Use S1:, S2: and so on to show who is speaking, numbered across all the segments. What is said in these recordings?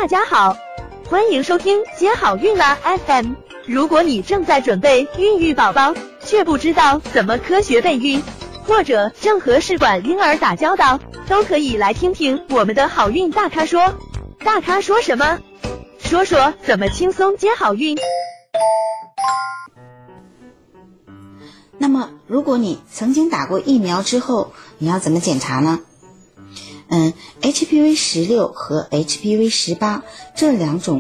S1: 大家好，欢迎收听接好运啦 FM。如果你正在准备孕育宝宝，却不知道怎么科学备孕，或者正和试管婴儿打交道，都可以来听听我们的好运大咖说。大咖说什么？说说怎么轻松接好运。
S2: 那么如果你曾经打过疫苗之后，你要怎么检查呢？HPV-16 和 HPV-18 这两种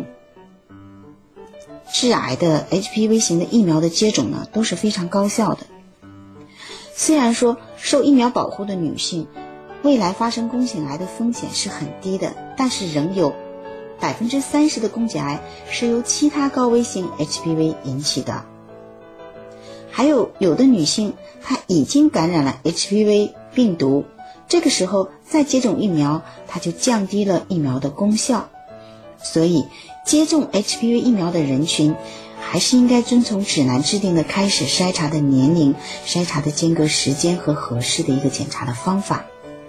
S2: 致癌的 HPV 型的疫苗的接种呢，都是非常高效的。虽然说受疫苗保护的女性未来发生宫颈癌的风险是很低的，但是仍有30%的宫颈癌是由其他高危型 HPV 引起的。还有的女性她已经感染了 HPV 病毒，这个时候再接种疫苗，它就降低了疫苗的功效。所以接种 HPV 疫苗的人群还是应该遵从指南制定的开始筛查的年龄、筛查的间隔时间和合适的一个检查的方法。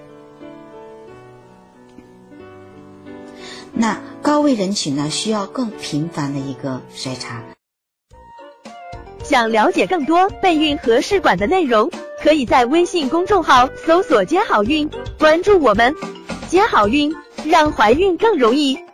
S2: 那高危人群呢，需要更频繁的一个筛查。
S1: 想了解更多备孕和试管的内容，可以在微信公众号搜索接好运，关注我们。接好运，让怀孕更容易。